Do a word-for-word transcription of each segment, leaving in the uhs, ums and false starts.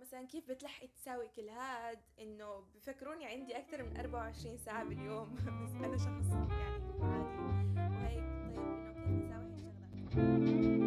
مثلا كيف بتلحقي تساوي كل هاد؟ انه بفكروني عندي اكثر من أربعة وعشرين ساعة باليوم بس انا شخص يعني عادي وهيك. طيب انه كيف نساوي هالشغلات؟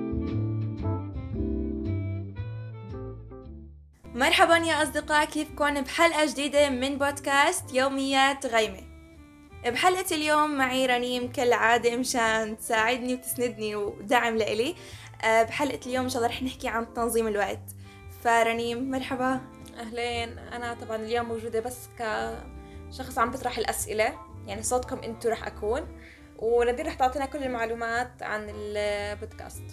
مرحبا يا اصدقاء، كيفكم بحلقة جديدة من بودكاست يوميات غيمة. بحلقة اليوم معي رنيم كالعادة مشان تساعدني وتسندني ودعم لإلي. بحلقة اليوم ان شاء الله رح نحكي عن تنظيم الوقت. فرنيم مرحبا. أهلين. أنا طبعا اليوم موجودة بس كشخص عم بطرح الأسئلة، يعني صوتكم أنتوا رح أكون، ونادين رح تعطينا كل المعلومات عن البودكاست.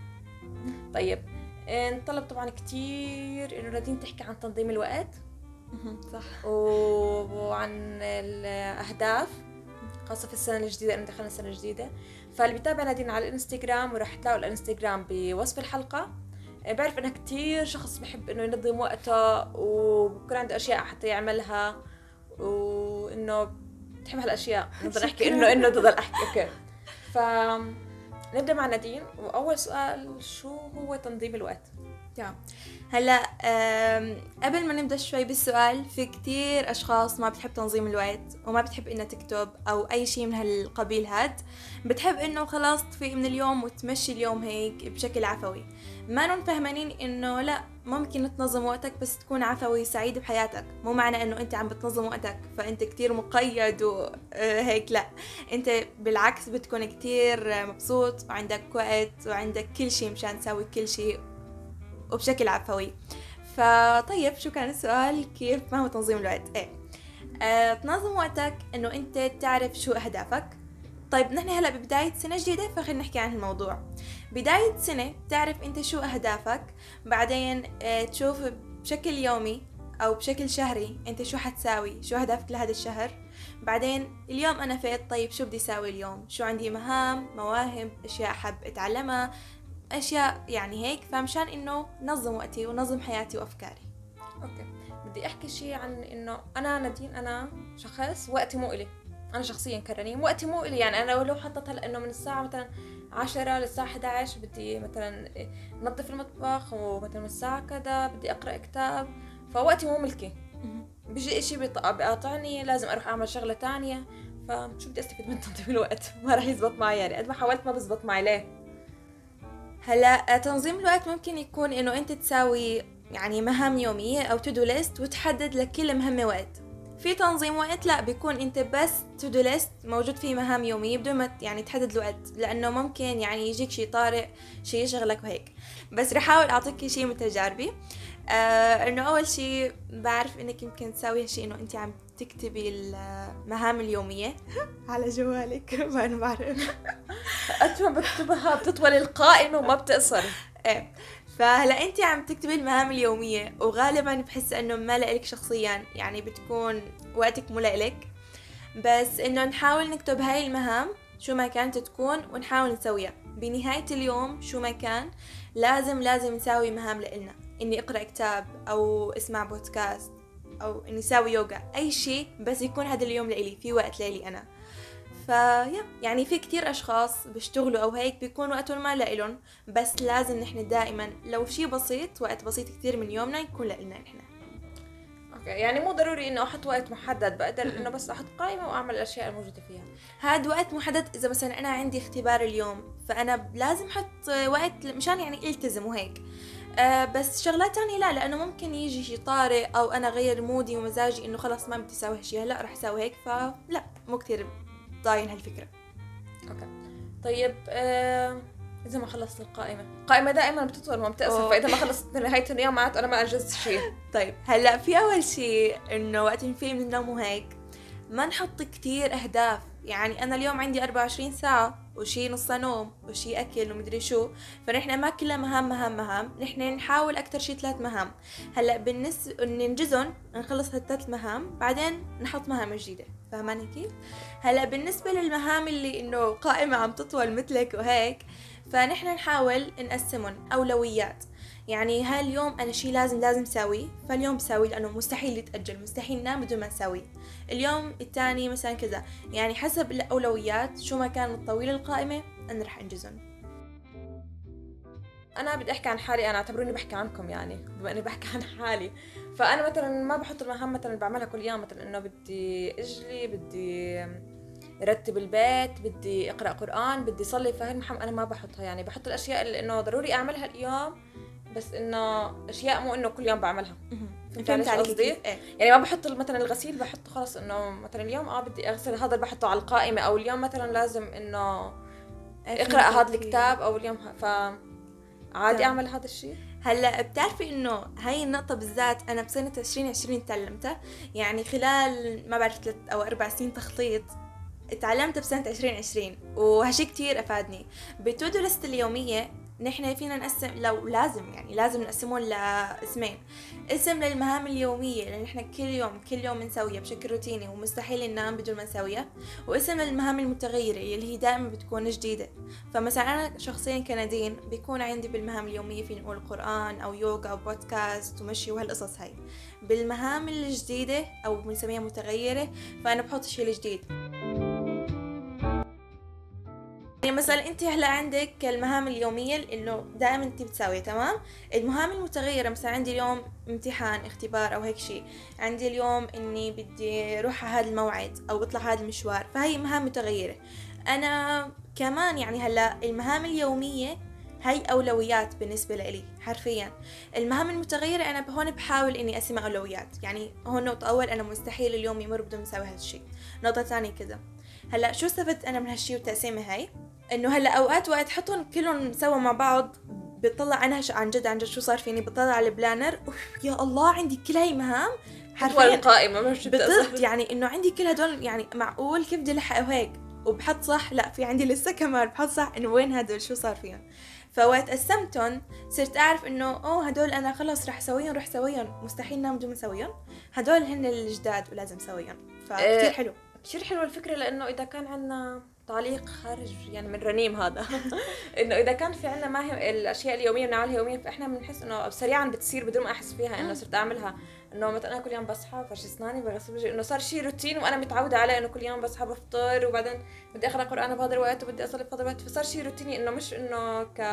طيب، نطلب طبعا كتير إنه نادين تحكي عن تنظيم الوقت صح، وعن الأهداف، خاصة في السنة الجديدة إنه دخلنا السنة الجديدة. فاللي بيتابع نادين على الانستغرام ورح تلاقوا الانستغرام بوصف الحلقة، بعرف انه كتير شخص بحب انه ينظم وقته وبكون عنده اشياء حتى يعملها، وانه بتحب هالاشياء. نقدر نحكي انه انه تضل احكي اوكي. فنبدا مع نادين، واول سؤال شو هو تنظيم الوقت؟ تمام. هلا قبل ما نبدا شوي بالسؤال، في كتير اشخاص ما بتحب تنظيم الوقت وما بتحب انها تكتب او اي شيء من هالقبيل هاد، بتحب انه خلاص تفيق من اليوم وتمشي اليوم هيك بشكل عفوي. ما نون فهمانين انه لا، ممكن تنظم وقتك بس تكون عفوي سعيد بحياتك. مو معنى انه انت عم بتنظم وقتك فانت كتير مقيد وهيك، لا، انت بالعكس بتكون كتير مبسوط وعندك وقت وعندك كل شيء مشان تسوي كل شيء وبشكل عفوي. فطيب شو كان السؤال؟ كيف ما هو تنظيم الوقت؟ ايه آه، تنظم وقتك انه انت تعرف شو اهدافك. طيب نحن هلا ببداية سنة جديدة فخلينا نحكي عن الموضوع. بداية سنة تعرف انت شو اهدافك، بعدين آه تشوف بشكل يومي او بشكل شهري انت شو حتساوي، شو اهدافك لهذا الشهر. بعدين اليوم انا فيت، طيب شو بدي اساوي اليوم، شو عندي مهام، مواهب، اشياء احب اتعلمها، اشياء يعني هيك. فمشان انه نظم وقتي ونظم حياتي وافكاري. اوكي، بدي احكي شيء عن انه انا نادين، انا شخص وقتي مو إلي. انا شخصيا كرنيم وقتي مو إلي، يعني انا لو حطيت هلا انه من الساعه مثلا عشرة للساعه إحدى عشر بدي مثلا نظف المطبخ، ومثلا من الساعه كذا بدي اقرا كتاب، فوقتي مو ملكي. بيجي اشي بيقاطعني، لازم اروح اعمل شغله تانية، فشو بدي استفيد من تنظيم الوقت؟ ما راح يزبط معي، يعني قد ما حاولت ما بزبط معي. ليه؟ هلا تنظيم الوقت ممكن يكون انه انت تساوي يعني مهام يومية او تودو ليست وتحدد لكل مهمة وقت. في تنظيم وقت لا، بيكون انت بس تودو ليست موجود فيه مهام يومية بدون ما يعني تحدد الوقت، لانه ممكن يعني يجيك شي طارئ، شي يشغلك وهيك. بس رح احاول اعطيك شي من تجاربي. آه انه اول شي بعرف انك يمكن تساوي هالشي، انه انت عم تكتبي المهام اليومية على جوالك ما انا بعرف قد ما بكتبها بتطول القائمة وما بتقصر. ايه. فهلا انت عم تكتبي المهام اليومية وغالبا بحس انه ما لإلك شخصيا، يعني بتكون وقتك مو لإلك، بس انه نحاول نكتب هاي المهام شو ما كانت تكون ونحاول نسويها بنهاية اليوم. شو ما كان لازم لازم نساوي مهام لإلنا، اني اقرأ كتاب او اسمع بودكاست او اني ساوي يوغا، اي شيء بس يكون هذا اليوم لإلي، في وقت لإلي انا. فيا يعني في كتير أشخاص بيشتغلوا أو هيك بيكون وقتهم ما لإلهم، بس لازم نحن دائما لو شي بسيط، وقت بسيط كتير من يومنا يكون لإلنا نحن. اوكي، يعني مو ضروري انه احط وقت محدد، بقدر انه بس احط قائمة واعمل الاشياء الموجودة فيها. هاد وقت محدد. إذا مثلا أنا عندي اختبار اليوم فأنا لازم حط وقت مشان يعني التزم وهيك. أه بس شغلات تانية لا، لأنه ممكن يجي شي طارئ أو أنا غير مودي ومزاجي إنه خلاص ما بدي أسوي هالشي هلا، رح أسوي هيك. فلا، مو كتير ضاين هالفكرة. اوكي طيب، آه، اذا ما خلصت القائمة، القائمة دائما بتطول وما بتقصر، فاذا ما خلصت نهاية اليوم معناته انا ما انجزت شيء. طيب هلا في اول شيء انه وقت نفيق من النوم وهيك ما نحط كتير اهداف. يعني انا اليوم عندي أربعة وعشرين ساعة وشي نص نوم وشي اكل ومدري شو، فنحن ما كلها مهام مهام مهام، نحن نحاول اكتر شي ثلاث مهام. هلا بالنسبة ننجزهم نخلص هالثلاث مهام بعدين نحط مهام جديدة. فهماني كيف؟ هلا بالنسبة للمهام اللي انه قائمة عم تطول مثلك وهيك، فنحن نحاول نقسمهم اولويات. يعني هاليوم انا شي لازم لازم ساويه فاليوم بساويه، لانه مستحيل يتاجل، مستحيل نام بدون ما نساويه. اليوم التاني مثلا كذا، يعني حسب الاولويات شو ما كانت طويله القائمه انا رح انجزهم. انا بدي احكي عن حالي، انا اعتبروني بحكي عنكم يعني بما اني بحكي عن حالي. فانا مثلا ما بحط المهام مثلا اللي بعملها كل يوم، مثلا انه بدي اجلي، بدي رتب البيت، بدي اقرا قران، بدي صلي، فهي المهام انا ما بحطها. يعني بحط الاشياء اللي انه ضروري اعملها اليوم، بس انه اشياء مو انه كل يوم بعملها. فهمت عليك قصدي؟ إيه؟ يعني ما بحط مثلا الغسيل بحط خلص انه مثلا اليوم اه بدي اغسل هذا بحطه على القائمه، او اليوم مثلا لازم انه اقرا هذا الكتاب او اليوم ه... ف عادي اعمل هذا الشيء. هلا بتعرفي انه هاي النقطة بالذات انا بسنة عشرين عشرين تعلمتها، يعني خلال ما بعرف ثلاث او اربع سنين تخطيط اتعلمت بسنة عشرين عشرين، وهالشي كتير افادني. بتودو لست اليومية نحن فينا نقسم، لو لازم يعني لازم نقسمهم لاسمين: اسم للمهام اليومية اللي نحن كل يوم كل يوم نسويها بشكل روتيني ومستحيل ننام بدون ما نسويها، واسم للمهام المتغيرة اللي هي دائما بتكون جديدة. فمثلا أنا شخصيا كنادين بيكون عندي بالمهام اليومية في نقول قرآن أو يوغا أو بودكاست ومشي وهالقصص هاي. بالمهام الجديدة أو بنسميها متغيرة فأنا بحط شيء الجديد. يعني مثلا انت هلا عندك المهام اليوميه انه دائما انت بتساوي تمام. المهام المتغيره مثلا عندي اليوم امتحان اختبار او هيك شيء، عندي اليوم اني بدي اروح على هذا الموعد او بطلع هذا المشوار، فهي مهام متغيره. انا كمان يعني هلا المهام اليوميه هاي أولويات بالنسبة لي حرفيا. المهام المتغيرة أنا هون بحاول إني أقسمها أولويات. يعني هون نقطة أول، أنا مستحيل اليوم يمر بدون مساوي هالشي. نقطة ثانية كذا، هلا شو استفدت أنا من هالشي والتقسيمة هاي؟ إنه هلا أوقات وقت حطهم كلهم سوا مع بعض بطلع أنا عن جد عن جد شو صار فيني، بطلع على البلانر أوف يا الله عندي كل هاي مهام حرفيا القائمة مش بالضبط. يعني إنه عندي كل هدول، يعني معقول كيف بدي لحق وهيك، وبحط صح لا في عندي لسه كمان بحط صح إنه وين هدول شو صار فيهم. فوقت قسمتهم صرت أعرف إنه أوه هدول أنا خلص رح سويهم رح سويهم مستحيل نام بدون ما سويهم، هدول هن الجداد ولازم سويهم. فكتير حلو كتير حلوة الفكرة، لأنه إذا كان عنا تعليق خارج يعني من رنيم هذا إنه إذا كان في عنا ما هي الأشياء اليومية بنعملها يوميا، فإحنا بنحس إنه سريعا بتصير بدون ما أحس فيها إنه صرت أعملها. إنه مثلا أنا كل يوم بصحى فرش أسناني بغسل وجهي، إنه صار شيء روتين وأنا متعودة عليه، إنه كل يوم بصحى بفطر وبعدين بدي أقرأ قرآن بهذا الوقت وبدي أصلي بهذا الوقت، فصار شيء روتيني إنه مش إنه ك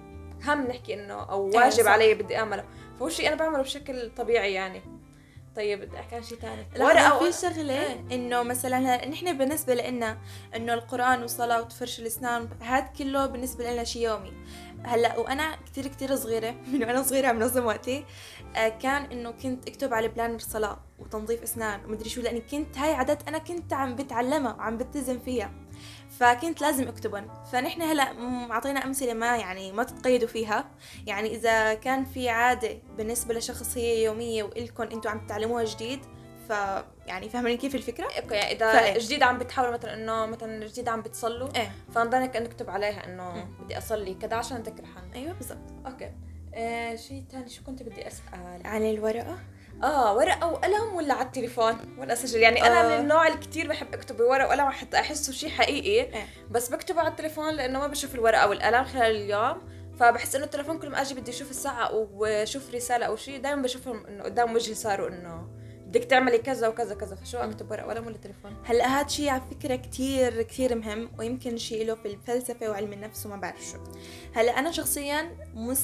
هم نحكي إنه أو واجب علي بدي أعمله، فهو شيء أنا بعمله بشكل طبيعي يعني. طيب بدي احكي عن شيء ثاني. ورقه في شغله ايه؟ انه مثلا نحن بالنسبه لنا انه القران والصلاه وتفرش الاسنان هذا كله بالنسبه لنا شيء يومي. هلا وانا كتير كتير صغيره من وانا صغيره عم نظم وقتي، آه كان انه كنت اكتب على بلانر صلاه وتنظيف اسنان ومدري شو، لاني كنت هاي عادات انا كنت عم بتعلمها وعم بتزم فيها، فكنت لازم اكتبن. فنحن هلا معطينا امثله ما يعني ما تتقيدوا فيها. يعني اذا كان في عاده بالنسبه لشخص هي يوميه والكم انتم عم تتعلموها جديد، ف يعني فاهمين كيف الفكره؟ يعني اذا فإيه؟ جديد عم بتحاول مثلا انه مثلا جديد عم بتصلوا ايه فنضلك نكتب عليها انه بدي اصلي كذا عشان اذكر حالي. ايوه بالضبط. اوكي آه شيء ثاني شو كنت بدي اسال عن الورقه؟ اه ورقه وقلم ولا على التليفون ولا اسجل؟ يعني انا آه. من النوع اللي كتير بحب اكتب بورقه وقلم حتى احسه شيء حقيقي إيه؟ بس بكتبه على التليفون لانه ما بشوف الورقه والقلم خلال اليوم، فبحس انه التليفون كل ما اجي بدي اشوف الساعه او شوف رساله او شيء دائما بشوفهم انه قدام وجهي صاروا انه بدك تعملي كذا وكذا كذا، فشو اكتب ورقه ولا ولا تليفون؟ هلا هذا شيء على فكره كتير كتير مهم، ويمكن شيء له في الفلسفه وعلم النفس وما بعرف شو. هلا انا شخصيا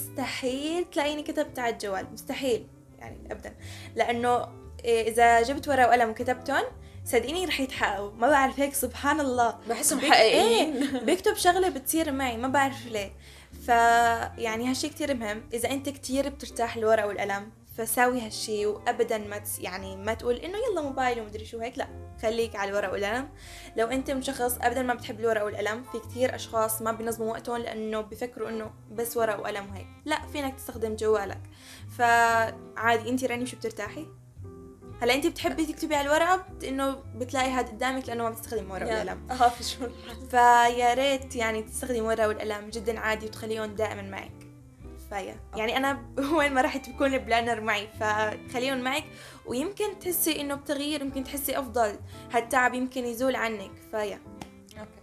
مستحيل تلاقيني كتبت على الجوال، مستحيل يعني ابدا، لانه اذا جبت ورقه وقلم وكتبتهم صدقيني رح يتحققوا. ما بعرف هيك سبحان الله بحسهم حقيقيين. ايه بكتب شغله بتصير معي ما بعرف ليه. فيعني هالشي كتير مهم. اذا انت كتير بترتاح الورقه والقلم فساوي هالشي، وابدا ما تس يعني ما تقول انه يلا موبايل ومدري شو هيك، لا خليك على الورق والقلم. لو انت من شخص ابدا ما بتحب الورق والقلم، في كتير اشخاص ما بينظموا وقتهم لانه بيفكروا انه بس ورق وقلم وهيك، لا فينك تستخدم جوالك. فعادي انت راني شو بترتاحي. هلا انت بتحبي تكتبي على الورقه انه بتلاقي هذا قدامك لانه ما بتستخدمي ورقه والقلم، اه في شو فيا ريت يعني تستخدمي ورقه والقلم جدا عادي وتخليهم دائما معك. فيا يعني انا وين ما رحت بكون البلانر معي، فخليهم معك ويمكن تحسي انه بتغيير، يمكن تحسي افضل، هالتعب يمكن يزول عنك. فيا اوكي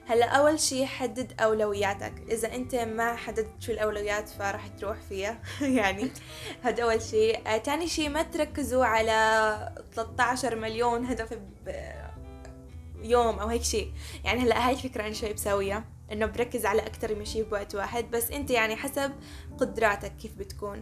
هلا اول شيء حدد اولوياتك. اذا انت ما حددت شو الاولويات فراح تروح فيها يعني هذا اول شيء. ثاني شيء ما تركزوا على ثلاثة عشر مليون هدف بيوم او هيك شيء. يعني هلا هاي الفكره انا شوي بسويها، انه بركز على اكثر من شيء بوقت واحد، بس انت يعني حسب قدراتك كيف بتكون.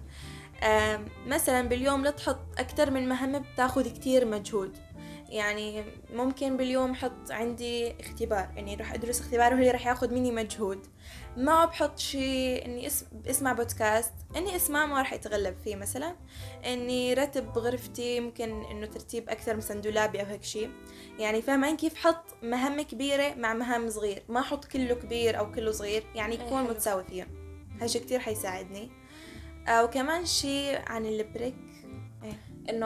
مثلا باليوم لا تحط اكثر من مهمه بتاخذ كتير مجهود. يعني ممكن باليوم حط عندي اختبار، يعني راح ادرس اختبار وهي راح ياخذ مني مجهود. ما بحط شيء اني اسم اسمع بودكاست، اني اسمع ما راح يتغلب فيه. مثلا اني رتب غرفتي، ممكن انه ترتيب اكثر مثلا دولابي او هيك شيء. يعني فاهمين كيف؟ حط مهمه كبيره مع مهام صغير، ما حط كله كبير او كله صغير، يعني يكون متساوي فيه. هالشيء كتير حيساعدني. وكمان شيء عن البريك، إيه؟ انه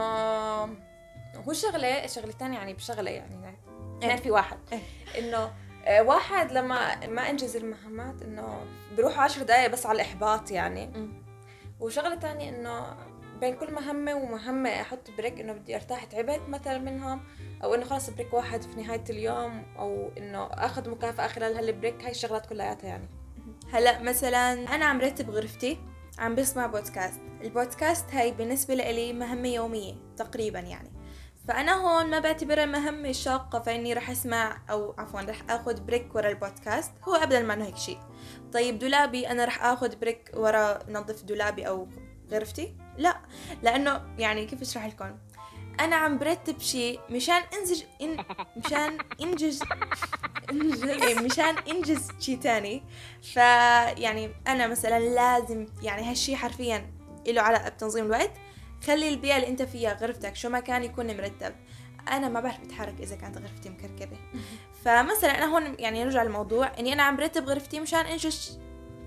هو شغله شغله ثانيه يعني بشغله يعني اثنين إيه؟ في واحد إيه؟ انه واحد لما ما انجز المهمات انه بيروحوا عشر دقايق بس على الاحباط يعني. م. وشغله ثانيه انه بين كل مهمه ومهمه احط بريك، انه بدي ارتاح تعبت مثلا منهم، او انه خلاص بريك واحد في نهايه اليوم، او انه اخذ مكافاه خلال هالبريك. هاي الشغلات كلياتها يعني. هلا مثلا انا عم رتب غرفتي، عم بسمع بودكاست. البودكاست هاي بالنسبة لي مهمة يومية تقريبا يعني. فأنا هون ما بعتبرها مهمة شاقة فإني رح أسمع أو عفوا رح أخذ بريك ورا البودكاست، هو أبدا ما هيك شيء. طيب دولابي أنا رح أخذ بريك ورا نظف دولابي أو غرفتي؟ لا، لأنه يعني كيف أشرح لكم، أنا عم برتب شيء مشان انزج إن مشان انجز انجز مشان انجز شيء تاني. فيعني أنا مثلا لازم يعني هالشيء حرفيا له علاقة بتنظيم الوقت. خلي البيئة اللي انت فيها غرفتك شو ما كان يكون مرتب. أنا ما بعرف أتحرك إذا كانت غرفتي مكركبة. فمثلا أنا هون يعني نرجع للموضوع إني أنا عم برتب غرفتي مشان انجز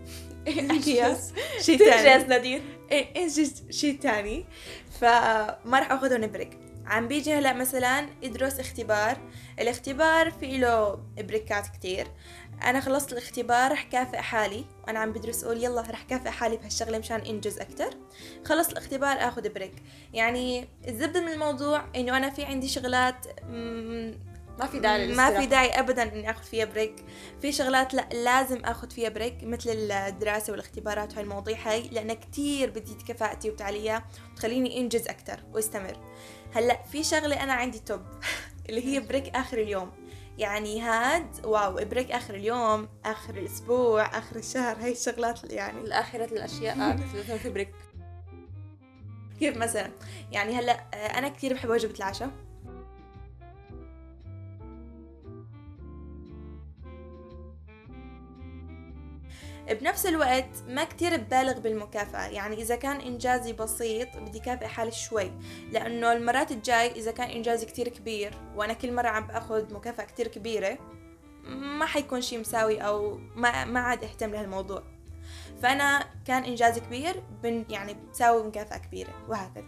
انجز شيء تاني. تنجز نادين إيه انجز شيء تاني. فما رح أخذ بريك. عم بيجي هلا مثلا ادرس اختبار. الاختبار في له بريكات كتير. انا خلصت الاختبار رح كافئ حالي، وانا عم بدرس اقول يلا رح كافئ حالي بهالشغله مشان انجز اكتر. خلص الاختبار اخذ بريك. يعني الزبده من الموضوع انه انا في عندي شغلات ما في داعي ما في داعي ابدا اني اخذ فيها بريك. في شغلات لا لازم اخذ فيها بريك، مثل الدراسه والاختبارات وهي المواضيع هاي، لانها كتير بتزيد كفاءتي وتعليها وتخليني انجز اكتر واستمر. هلا في شغله انا عندي توب اللي هي بريك اخر اليوم. يعني هاد واو بريك اخر اليوم، اخر الاسبوع، اخر الشهر، هاي الشغلات يعني الاخره الاشياء في بريك. كيف مثلا يعني هلا انا كثير بحب وجبه العشاء. بنفس الوقت ما كتير ببالغ بالمكافأة. يعني إذا كان إنجازي بسيط بدي كافئ حالي شوي، لأنه المرات الجاي إذا كان إنجازي كتير كبير وأنا كل مرة عم بأخذ مكافأة كتير كبيرة ما حيكون شي مساوي، أو ما ما عاد اهتم لهالموضوع. فأنا كان إنجازي كبير بن يعني بساوي مكافأة كبيرة وهكذا.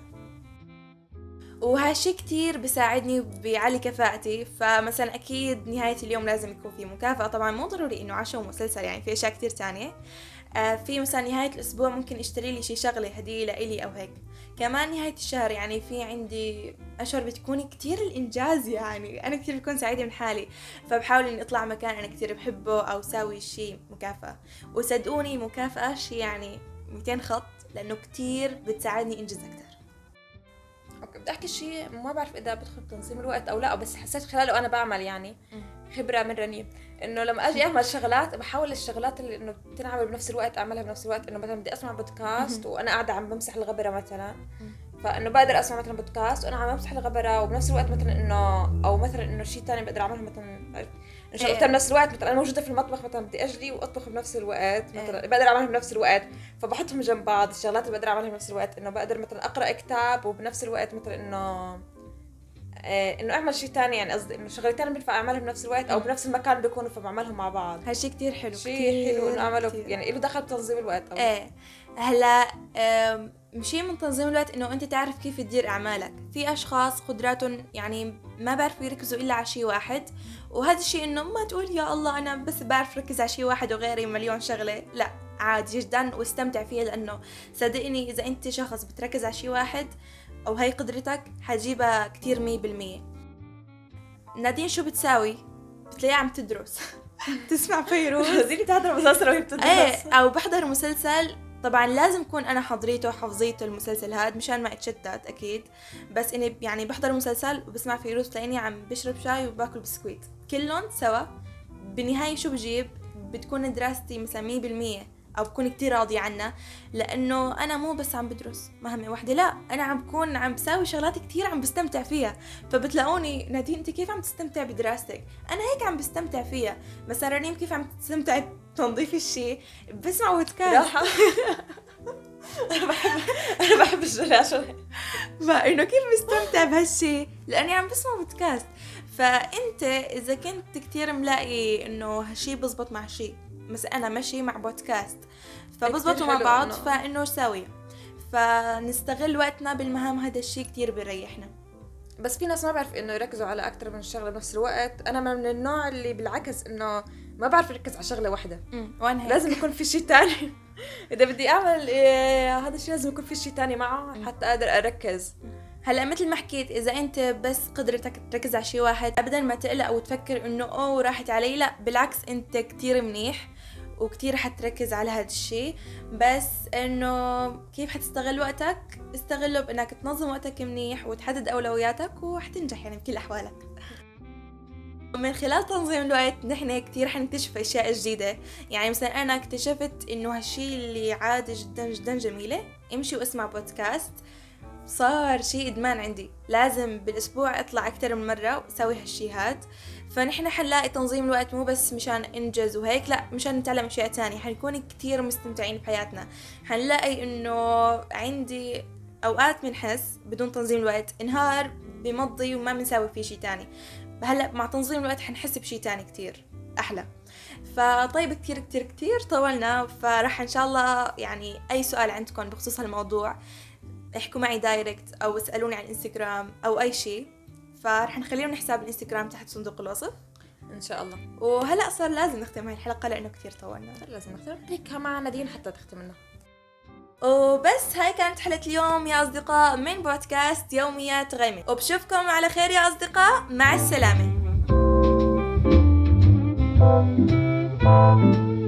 وهالشي كتير بيساعدني بيعلي كفاءتي. فمثلا أكيد نهاية اليوم لازم يكون في مكافأة. طبعا مو ضروري إنه عشاء ومسلسل، يعني في أشياء كتير تانية. آه في مثلا نهاية الأسبوع ممكن اشتري لي شي شغلة هدية لإلي أو هيك. كمان نهاية الشهر يعني في عندي أشهر بتكون كتير الإنجاز، يعني أنا كتير بكون سعيدة من حالي، فبحاول إني أطلع مكان أنا كتير بحبه أو ساوي شي مكافأة. وصدقوني مكافأة شي يعني مئتين خط، لأنه كتير بتساعدني إنجز أكتر. اوكي بدي احكي شيء ما بعرف اذا بدخل تنظيم الوقت او لا، بس حسيت خلاله انا بعمل يعني خبره من رنيم، انه لما اجي اعمل شغلات بحاول الشغلات اللي انه بتنعمل بنفس الوقت اعملها بنفس الوقت. انه مثلا بدي اسمع بودكاست وانا قاعده عم بمسح الغبره مثلا، فانه بقدر اسمع مثلا بودكاست وانا عم بمسح الغبره، وبنفس الوقت مثلا انه او مثلا انه شيء ثاني بقدر اعمله مثلا شغلتين بنفس الوقت. مثلا انا موجوده في المطبخ مثلا بدي اجلي واطبخ بنفس الوقت، مثلا بقدر اعملها بنفس الوقت، فبحطهم جنب بعض الشغلات اللي بقدر اعملها بنفس الوقت. انه بقدر مثلا اقرا كتاب وبنفس الوقت مثلا انه إيه انه اعمل شيء ثاني. يعني قصدي انه شغلتين بينفع اعملها بنفس الوقت او بنفس المكان بيكونوا فبعملهم مع بعض. هالشيء كتير حلو، شيء حلو انه اعمله يعني له دخل بتنظيم الوقت. أو ايه هلا شيء من تنظيم الوقت انه انت تعرف كيف تدير اعمالك. في اشخاص قدراتهم يعني ما بعرفوا يركزوا الا على شيء واحد، وهذا الشيء انه ما تقول يا الله انا بس بعرف ركز على شيء واحد وغيري مليون شغله. لا عادي جدا واستمتع فيها، لانه صدقني اذا انت شخص بتركز على شيء واحد او هاي قدرتك حتجيبها كتير مية بالمية. نادين شو بتساوي؟ بتلاقيها عم تدرس تسمع فيروز. زيني تحضر مسلسل وهي بتدرس. ايه او بحضر مسلسل، طبعا لازم اكون انا حضريته وحفظيته المسلسل هذا مشان ما اتشتت اكيد، بس اني يعني بحضر مسلسل وبسمع فيروز تلاقيني عم بشرب شاي وباكل بسكويت كلهم سوا. بالنهايه شو بجيب؟ بتكون دراستي مثلا مية بالمية او بكون كتير راضية عنها، لانه انا مو بس عم بدرس مهمة واحدة، لا انا عم بكون عم بساوي شغلات كتير عم بستمتع فيها. فبتلاقوني نادين انت كيف عم تستمتع بدراستك؟ انا هيك عم بستمتع فيها. مثلا رنيم كيف عم تستمتع بتنظيف الشيء؟ بسمع بودكاست. راحة. انا بحب انا بحب الجراشة. فانه كيف بستمتع بهالشيء؟ لاني عم بسمع بودكاست. فانت اذا كنت كتير ملاقي انه هالشيء بزبط مع شيء، مثلا انا ماشي مع بودكاست فبزبطوا مع بعض، إنه. فانه ساوية، فنستغل وقتنا بالمهام. هذا الشيء كتير بيريحنا. بس في ناس ما بعرف انه يركزوا على اكثر من شغله بنفس الوقت. انا من النوع اللي بالعكس انه ما بعرف اركز على شغله واحده، وانا لازم يكون في شيء تاني. اذا بدي اعمل إيه هذا الشيء لازم يكون في شيء تاني معه حتى اقدر اركز. هلا مثل ما حكيت، اذا انت بس قدرتك تركز على شيء واحد ابدا ما تقلق او تفكر انه اوه راحت علي، لا بالعكس انت كتير منيح وكتير حتركز على هذا الشيء. بس انه كيف حتستغل وقتك؟ استغله بانك تنظم وقتك منيح وتحدد اولوياتك وحتنجح يعني بكل احوالك. من خلال تنظيم الوقت نحن كتير حنكتشف اشياء جديدة. يعني مثلا انا اكتشفت انه هالشيء اللي عادة جدا جدا جميلة، امشي واسمع بودكاست، صار شيء ادمان عندي. لازم بالاسبوع اطلع اكثر من مرة واسوي هالشيء هاد. فنحن حنلاقي تنظيم الوقت مو بس مشان انجز وهيك، لا مشان نتعلم اشياء تانية. حنكون كتير مستمتعين بحياتنا. حنلاقي انه عندي اوقات بنحس بدون تنظيم الوقت انهار بمضي وما بنساوي فيه شيء تاني. هلا مع تنظيم الوقت حنحس بشيء تاني كتير احلى. فطيب كتير كتير كتير طولنا، فرح ان شاء الله يعني اي سؤال عندكم بخصوص هالموضوع احكوا معي دايركت او اسألوني على الانستغرام او اي شيء. فرح نخليهم حساب الانستغرام تحت صندوق الوصف ان شاء الله. وهلا صار لازم نختم هاي الحلقة لانه كتير طولنا. لازم نختم هيك مع نادين حتى تختم لنا. وبس هاي كانت حلقة اليوم يا أصدقاء من بودكاست يوميات غيمة، وبشوفكم على خير يا أصدقاء. مع السلامة.